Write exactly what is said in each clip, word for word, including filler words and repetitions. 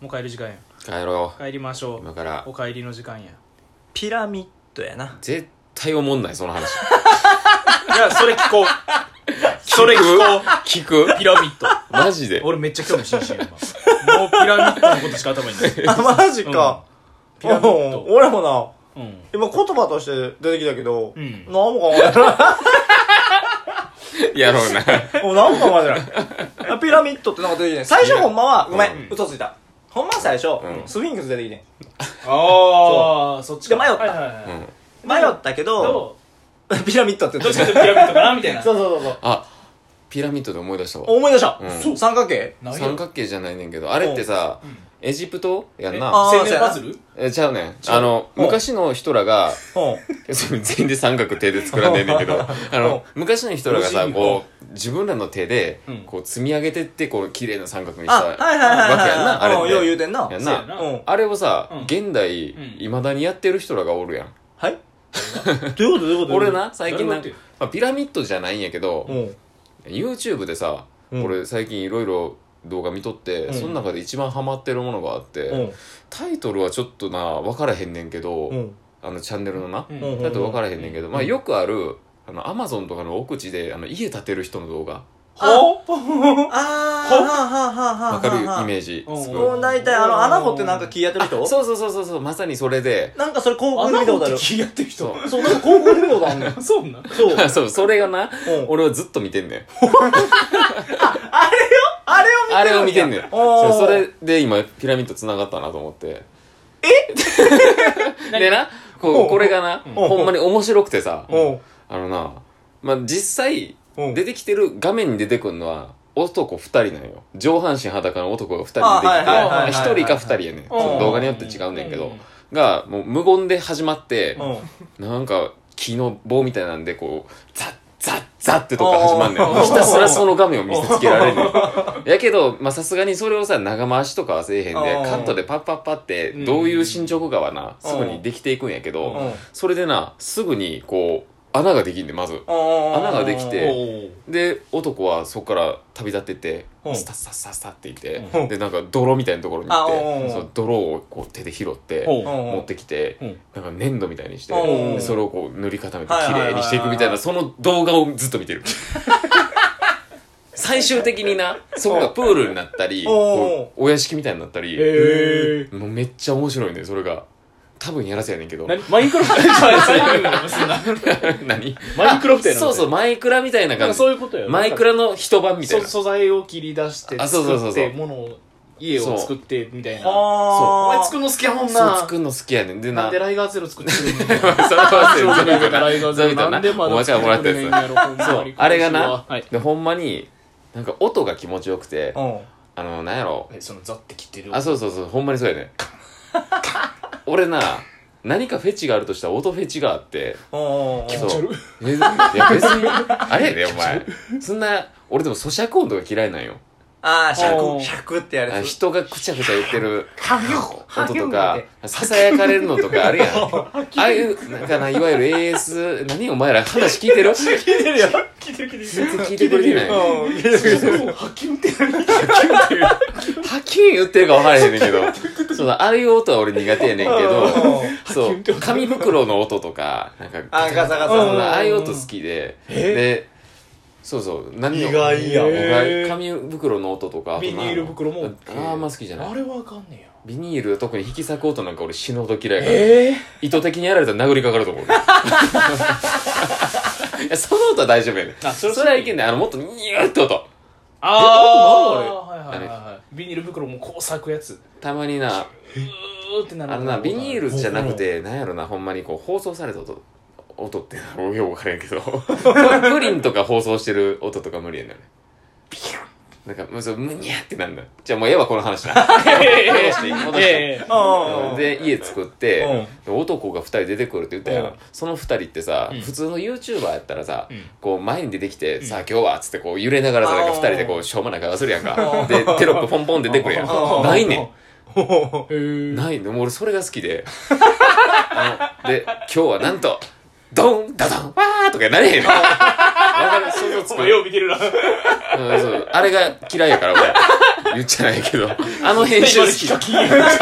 もう帰る時間や。 帰ろう。 帰りましょう。 今からお帰りの時間や。 ピラミッドやな。 絶対おもんないその話。 いや、それ聞こう。それ聞こう。 聞くピラミッド。 マジで俺めっちゃ興味津々や今。もうピラミッドのことしか頭にない。 あ、マジか。 ピラミッドうん俺もな、 うん。 今言葉として出てきたけど、 うん何も考えてない。 やろうな。 もう何も考えてない。ピラミッドってなんか出てきてん最初ほんまは、ごめん、 うん嘘ついた。ほんまは最初、 うんスフィンクス出てきてん。 ああ、そっちか。 で迷ったはいはいはい。 うん。 迷ったけど、 どピラミッドってう言ってどっちかというとピラミッドかなみたいな。 そうそうそうそう。 あ、ピラミッドで思い出したわ。 思い出した。 うんそう三角形ないよ三角形じゃないねんけど、あれってさ、エジプトやんな。 あ青年パズルえ、ちゃうねん。あの、 うん昔の人らが、 うん。 全員で三角手で作らんねんねんけど、あの、昔の人らがさ、こう、自分らの手でうん、 こう、積み上げてって、こう、綺麗な三角にしあ、 たはいはいはいはい。 わけやんな、あれうんって。 よう言うてんな。 やんな。 そうやな。 うん。 あれをさうん、 現代うん、 未だにやってる人らがおるやん。 はいどういうことどういうこと俺、な、最近な、 誰がやってんまあピラミッドじゃないんやけどう、ん。 YouTube でさ、 うん俺最近いろいろ動画見とって、 うんその中で一番ハマってるものがあって、 うん。 タイトルはちょっとな分からへんねんけど、 うん。 あのチャンネルのな、 うんうんタイトル分からへんねんけど、まあよくあるあのアマゾンとかの奥地であの家建てる人の動画ほあー、はあ、はあ、はあ、はあ。 分かるイーメージうんすごいもう大体、あの、穴掘ってなんか木やってる人そうそうそうそうそうまさにそれでなんかそれ広告で見たことある。 気やってる人。 そうそう、なんか広告で見たことあるねん。 そうなんそう。 そうそれがな、 うん俺はずっと見てんねんあれをあれを見てんねんおーそうそれで今ピラミッド繋がったなと思ってえでなこおううこれがなおうほんまに面白くてさおうあのなまあ実際うん出てきてる画面に出てくるのは男ふたりなんよ上半身裸の男がふたりあ出てきてはいはいはいはいまあひとりかふたりやねんその動画によって違うねんけどがもう無言で始まってうん。 なんか木の棒みたいなんでこうザッザッザッってとこから始まんねおーんひたすらその画面を見せつけられるのやけどまあさすがにそれをさ長回しとかはせえへんでおーカットでパッパッパってどういう進捗かはなすぐにできていくんやけどうんそれでなすぐにこう穴ができんねんまず穴穴ができておーで男はそこから旅立ってってうんスタッスタッスタッスタッっていってうんでなんか泥みたいなところに行っあうんてその泥をこう手で拾ってほう持ってきてうんなんか粘土みたいにしてうんでそれをこう塗り固めて綺はいはいはいはい麗にしていくみたいなその動画をずっと見てる最終的になそこがプールになったりうんこうお屋敷みたいになったりへえ。 もうめっちゃ面白いねそれが多分やらせやねんけど何マインクラフトじゃない最近のそんな何マインクラフトやな。 そうそうマイクラみたいななんか感じそういうことや。 マイクラの一晩みたいなそ素材を切り出してあそうそうそうそう作って物を家を作ってみたいな。 あおー前作るの好きやもんそうな。 作るの好きやねんでななんでライガーゼロ作ってるのそれはそうじゃないかライガーゼロそうみたいななんでまだお前からもらったやつ作ってくれへんやろほんまにあれがな、 はい。 でほんまになんか音が気持ちよくてうん。 あのなんやろえそのザって切ってる。 あそうそうそうほんまにそうやね俺な何かフェチがあるとしたら音フェチがあってうん。 気持ち悪いそうえいや別にあれやでお前そんな俺でも咀嚼音とか嫌いなんよあー、ひゃく、 おーひゃくってやるやつ。 あ人がくちゃくちゃ言ってるはぎゅは音ぎゅとかささやかれるのとかあるやんああいうなんかないわゆる エーエス 何お前ら話聞いてる聞いてるよ。 聞いてる聞いてる。 全然聞いてくれてないうん。聞いてる聞いてる。 ハキュンって何ハキュン言ってるか分からへんねんけどそうだああいう音は俺苦手やねんけどそう紙袋の音とかなんかあガサガサそうああいう音好きでえでそうそう何を意外やんへー紙袋の音とかあとなビニール袋も OK ああんま好きじゃないあれはあかんねや。 ビニール特に引き裂く音なんか俺死ぬほど嫌いやからえ意図的にやられたら殴りかかると思ういやその音は大丈夫やねんあそれそれはいけんねんあのもっとニューって音あえあはいはいはいあはい。ビニール袋もこう裂くやつ。 たまになうーってなる。 あのなビニールじゃなくてなんやろなほんまにこう放送された音音って俺よく分からんけどプリンとか放送してる音とか無理やねん俺ビュンなんかもうそうむにゃってなんだじゃあもうええわこの話な戻していい戻してええうん。 で家作って、男がふたり出てくるって言ったやん、 うんそのふたりってさ、 うん普通の YouTuber やったらさ、 うんこう前に出てきて、 んさあ今日はっつってこう揺れながらさなんかふたりでこうしょうもない会話するやんかでテロップポンポン出てくるやんうんないねんへえ。 ないのもう俺それが好きであので今日はなんとドンダドンわーとかなれへんわかる想像つくお前よう見てるな。 うんそうあれが嫌いやから俺言っちゃないけどあの編集好き。ちゃうちゃうちゃうちゃう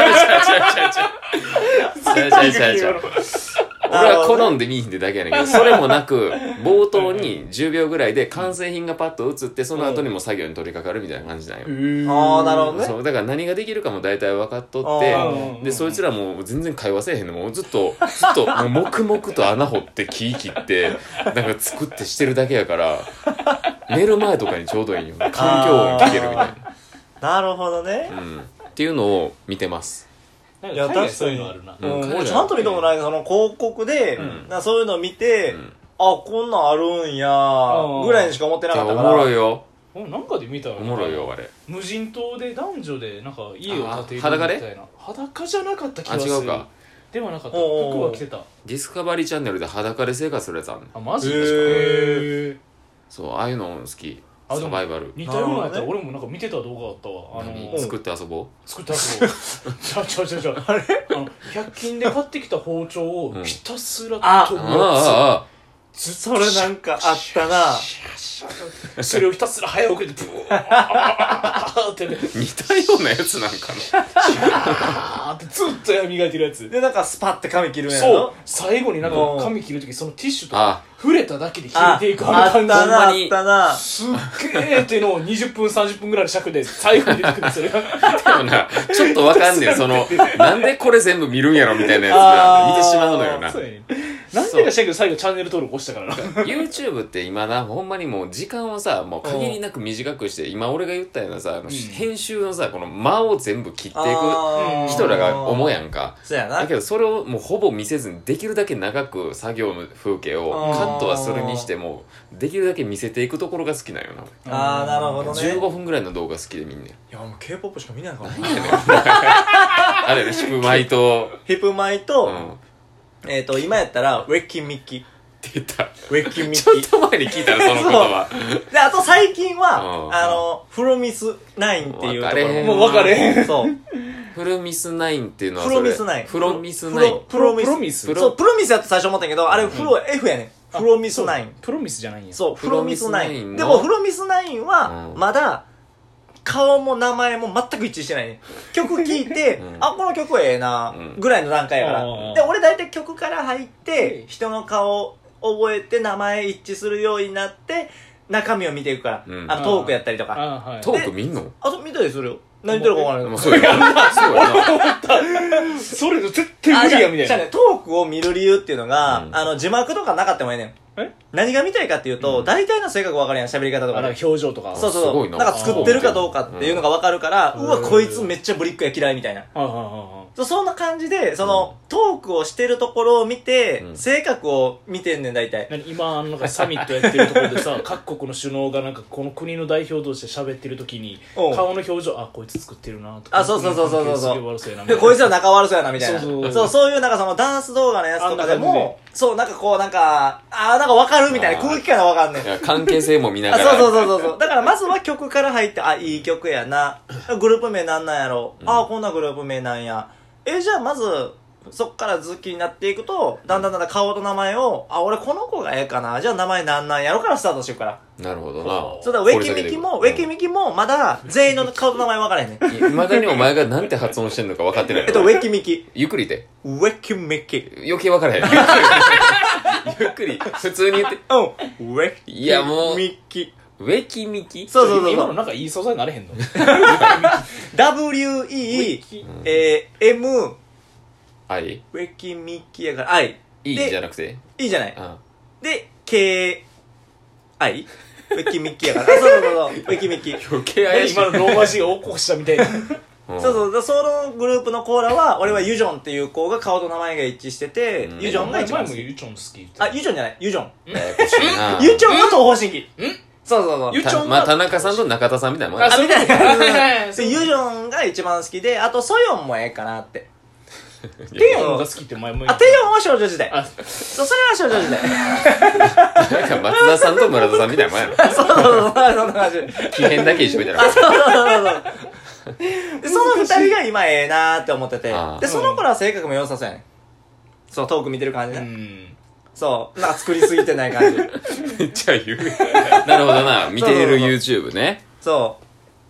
ちゃうちゃうちゃうちゃう俺は好んで見いひんでだけやねんけど、それもなく冒頭にじゅうびょうぐらいで完成品がパッと映ってその後にも作業に取り掛かるみたいな感じなんよ。 ああなるほどね。 そうだから何ができるかも大体分かっとってでそいつらも全然会話せえへんのもうずっとずっともう黙々と穴掘って木切ってなんか作ってしてるだけやから寝る前とかにちょうどいいよ環境音聞けるみたいな。 なるほどね。 うんっていうのを見てます。 なんか海外そういうのあるな。 うん、 うん俺ちゃんと見たことないけど、その広告で、 うんなんかそういうのを見て、 んあ、こんなんあるんやうんぐらいにしか思ってなかったから。 おもろいよ。 おなんかで見たらおもろいよあれ。 無人島で男女でなんか家を建てるみたい裸な。 で裸じゃなかった気がする。 あ違うか。 ではなかった。 おうおう服は着てた。 ディスカバリーチャンネルで裸で生活するやつあんねん。 あマジへーですか。 そうああいうの好き。 あでもサバイバル。 似たようなやったらなるほど俺もなんか見てた動画あったわ。あの何作って遊ぼう。 作った後ちゃうちゃうちゃうちゃうあれあのひゃく均で買ってきた包丁をうんひたすらあ研ぐやあああつそれなんかあったな。 それをひたすら早送りでブワーってね似たようなやつなんかあーってずっとや磨いてるやつで、なんかスパって髪切るんやそうろ。 最後になんかうん髪切るときそのティッシュとあか触れただけで切あれていくあったあの感じな、あっほんまにたな。 すっげーっていうのをにじゅっぷんさんじゅっぷんぐらいの尺で最後に出てくるそれがでもなちょっとわかんねえそのなんでこれ全部見るんやろみたいなやつが見てしまうのよな。 そうやねなんでか知らんけど最後チャンネル登録押したからな YouTube って今なほんまにもう時間をさもう限りなく短くして今俺が言ったようなさあの編集のさこの間を全部切っていくあー人らが思うやんか。 そうやなだけどそれをもうほぼ見せずにできるだけ長く作業の風景をあーカットはするにしてもできるだけ見せていくところが好きなんよな。 ああなるほどね。 じゅうごふんぐらいの動画好きで見んねん。 いやもう K-ポップ しか見ないからな。 あれねヒプマイとヒップマイうと、 んえっと今やったらウェッキンミッキー。 って言ったウェッキンミッちょっキー。 と前に聞いたらその言葉で、あと最近は、 うんあの、フロミスナインっていうところ分かれへんもう分かれへんそう。 フルミスナインっていうのはフそれロミスナイン。 フロミスナインプロミス。 プロミスプロそう、プロミスやと最初思ったんやけど、あれフロ、F やねん。フロミスナイン。 プロミスじゃないんやそう、フロミスナイン。 フロミスナインのでも、フロミスナインはう、んまだ、顔も名前も全く一致してないね。曲聴いて、 うんあ、この曲ええなう、んぐらいの段階やかうんら。で、俺大体曲から入ってう、ん人の顔覚えて、名前一致するようになって、中身を見ていくから。 うんあの、トークやったりとか。 あはいトーク見んのあと、見たりするよ。何言ってるか分からない。 もうそうやなそうやなそれ絶対無理やみたいなじゃあね、トークを見る理由っていうのが、 うんあの、字幕とかなかったもいいねん。 え何が見たいかっていうと、 うん大体の性格分かるやん、喋り方とかであなんか。表情とかそうそうそう。 すごいななんか作ってるかどうかっていうのが分かるから、 ううんわ、こいつめっちゃブリックや嫌いみたいな。 はいはいはそうそんな感じで、その、トークをしてるところを見て、 うん性格を見てんねん、大体。 い何今なんかサミットやってるところでさ各国の首脳がなんかこの国の代表同士で喋ってる時にうん顔の表情あこいつ作ってるなとかあそうそうそうそうそうすげえ悪そうやなみたいで、 なこいつは仲悪そうやな、みたいな。 そうそうそう、そういうなんかそのダンス動画のやつとかであんな感も、そう、なんかこう、なんか、あーなんか分かるみたいなあー空気感が分かんねんい。や関係性も見ながあ、 らそうそうそうそうそう。だからまずは曲から入って、あ、いい曲やな。グループ名なんなんやろ。あ、こんなグループ名なんや。え、じゃあまず、そっから好きになっていくと、だんだんだんだん顔と名前を、あ、俺この子がええかな。じゃあ名前なんなんやろからスタートしていくから。 なるほどなそうだ、ウェキミキも、ウェキミキも、まだ全員の顔と名前分からへんねん。 いまだにお前がなんて発音してんのか分かってないえっと、ウェキミキ。 ゆっくりでウェキミキ。 余計分からへんゆっくり普通に言ってうん。ウェいやもうキミキ。 ウェキミキそうそうそう今のそう。 なんかいい素材なれへんのダブリューイー、えー、M、ウはいェキミキやから、I。 いいでじゃなくていいじゃない。 あで、K、I? ウェキミッキやから。あ、そうそうそうそう、ウェキミッキ。 余計怪しい今のローマ字を起こしたみたいなうんそうそう、そのグループのコーラは、俺はユジョンっていう子が顔と名前が一致してて、 うんユジョンが一番好き。 前もユチョン好き言ってたあ、ユジョンじゃない、ユジョン。 ややこしいなユチョンの東方神起。そうそうそう。 ユチョンはたまあ田中さんと中田さんみたいなもんやあ、みたいな感じはいはいはいで。ユジョンが一番好きで、あとソヨンもええかなって。 テヨンが好きって前も言あ、テヨンは少女時代。 あそう、それは少女時代。 なんか松田さんと村田さんみたいなもんやろそうそうそう、そんな感じ。 奇変だけ一緒みたいなあ、そうそうそうそう。で、その二人が今ええなーって思っててあ。ーで、その頃は性格も良さそうやねん。そう、トーク見てる感じうね。 んそう、なんか作りすぎてない感じ。 めっちゃ言うなるほどな見ている YouTube ねそ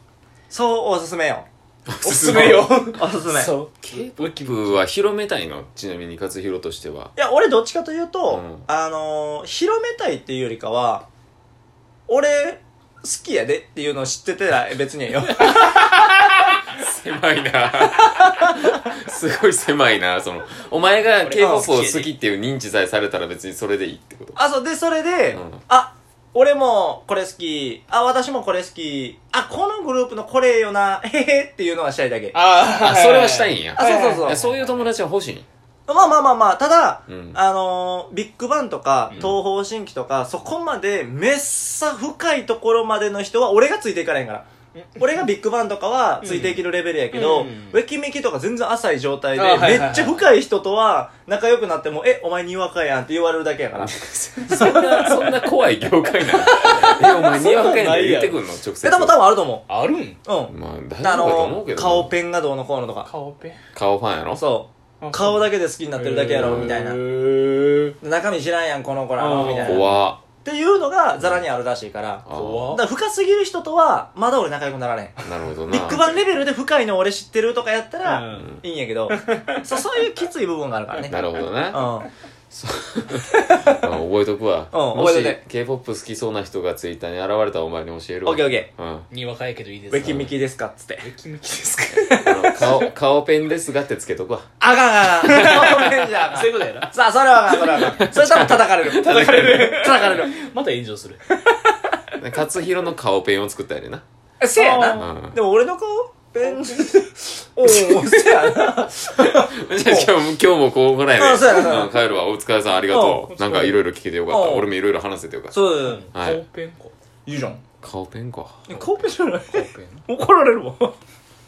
そうおすすめよおすすめよおすすめそう K-ポップ は広めたいの？ちなみに勝弘としては。 いや俺どっちかというと、 うんあのー、広めたいっていうよりかは俺好きやでっていうのを知っててら別にええよ狭いなすごい狭いな。そのお前が K-ポップ を好きっていう認知さえされたら別にそれでいいってこと？ あそうでそれで、 うんあ俺もこれ好きあ私もこれ好きあこのグループのこれよなへへっていうのはしたいだけああ、それはしたいんや。 あそうそうそういやそういう友達は欲しい。 まあまあまあまあただ、 うんあのー、ビッグバンとかうん東方神起とか、そこまでめっさ深いところまでの人は俺がついていかないから俺がビッグバンとかはついていけるレベルやけど、 うんウェキメキとか全然浅い状態であはいはいはいめっちゃ深い人とは仲良くなってもえお前にわかやんって言われるだけやからそんなそんな怖い業界なの？えお前にわかやんって言ってくんの？直接。 え多分多分あると思あるんううんまあ大あ丈夫だと思うのけどな。 顔ペンがどうのこうのとか顔ペン顔ファンやろ？ そう顔だけで好きになってるだけやろみたいなへー中身知らんやんこの子らのみたいなっ怖っていうのがザラにあるらしいからあ怖っだから深すぎる人とはまだ俺仲良くなられんなるほどな。 ビッグバンレベルで深いの俺知ってるとかやったら、 うんいいんやけどそうそういうきつい部分があるからねなるほどな。 うんまあ覚えとくわ。 うんもし覚えといて K-ポップ 好きそうな人がツイッターに現れたらお前に教えるわ。 オッケーオッケうん。 にわかやけどいいですかーウェキミキですかっつってウェキミキですかあの顔、顔ペンですがってつけとくわ。 あかんあかんあかんごめんじゃあそういうことやなさあそれはあかんそれはあかんそれ多分叩かれる叩かれる叩かれるまた炎上する勝弘の顔ペンを作ったやでな。 えせやうなんでも俺の顔ペンおおせやなじゃあ今日も、今日もここらやあそうやなそうやなうん帰るわ。お疲れさんありがとうう。なんかいろいろ聞けてよかった。 うん俺もいろいろ話せてよかった。 そうはい顔ペンかいいじゃん顔ペンか。 顔ペンじゃない顔ペン怒られるわ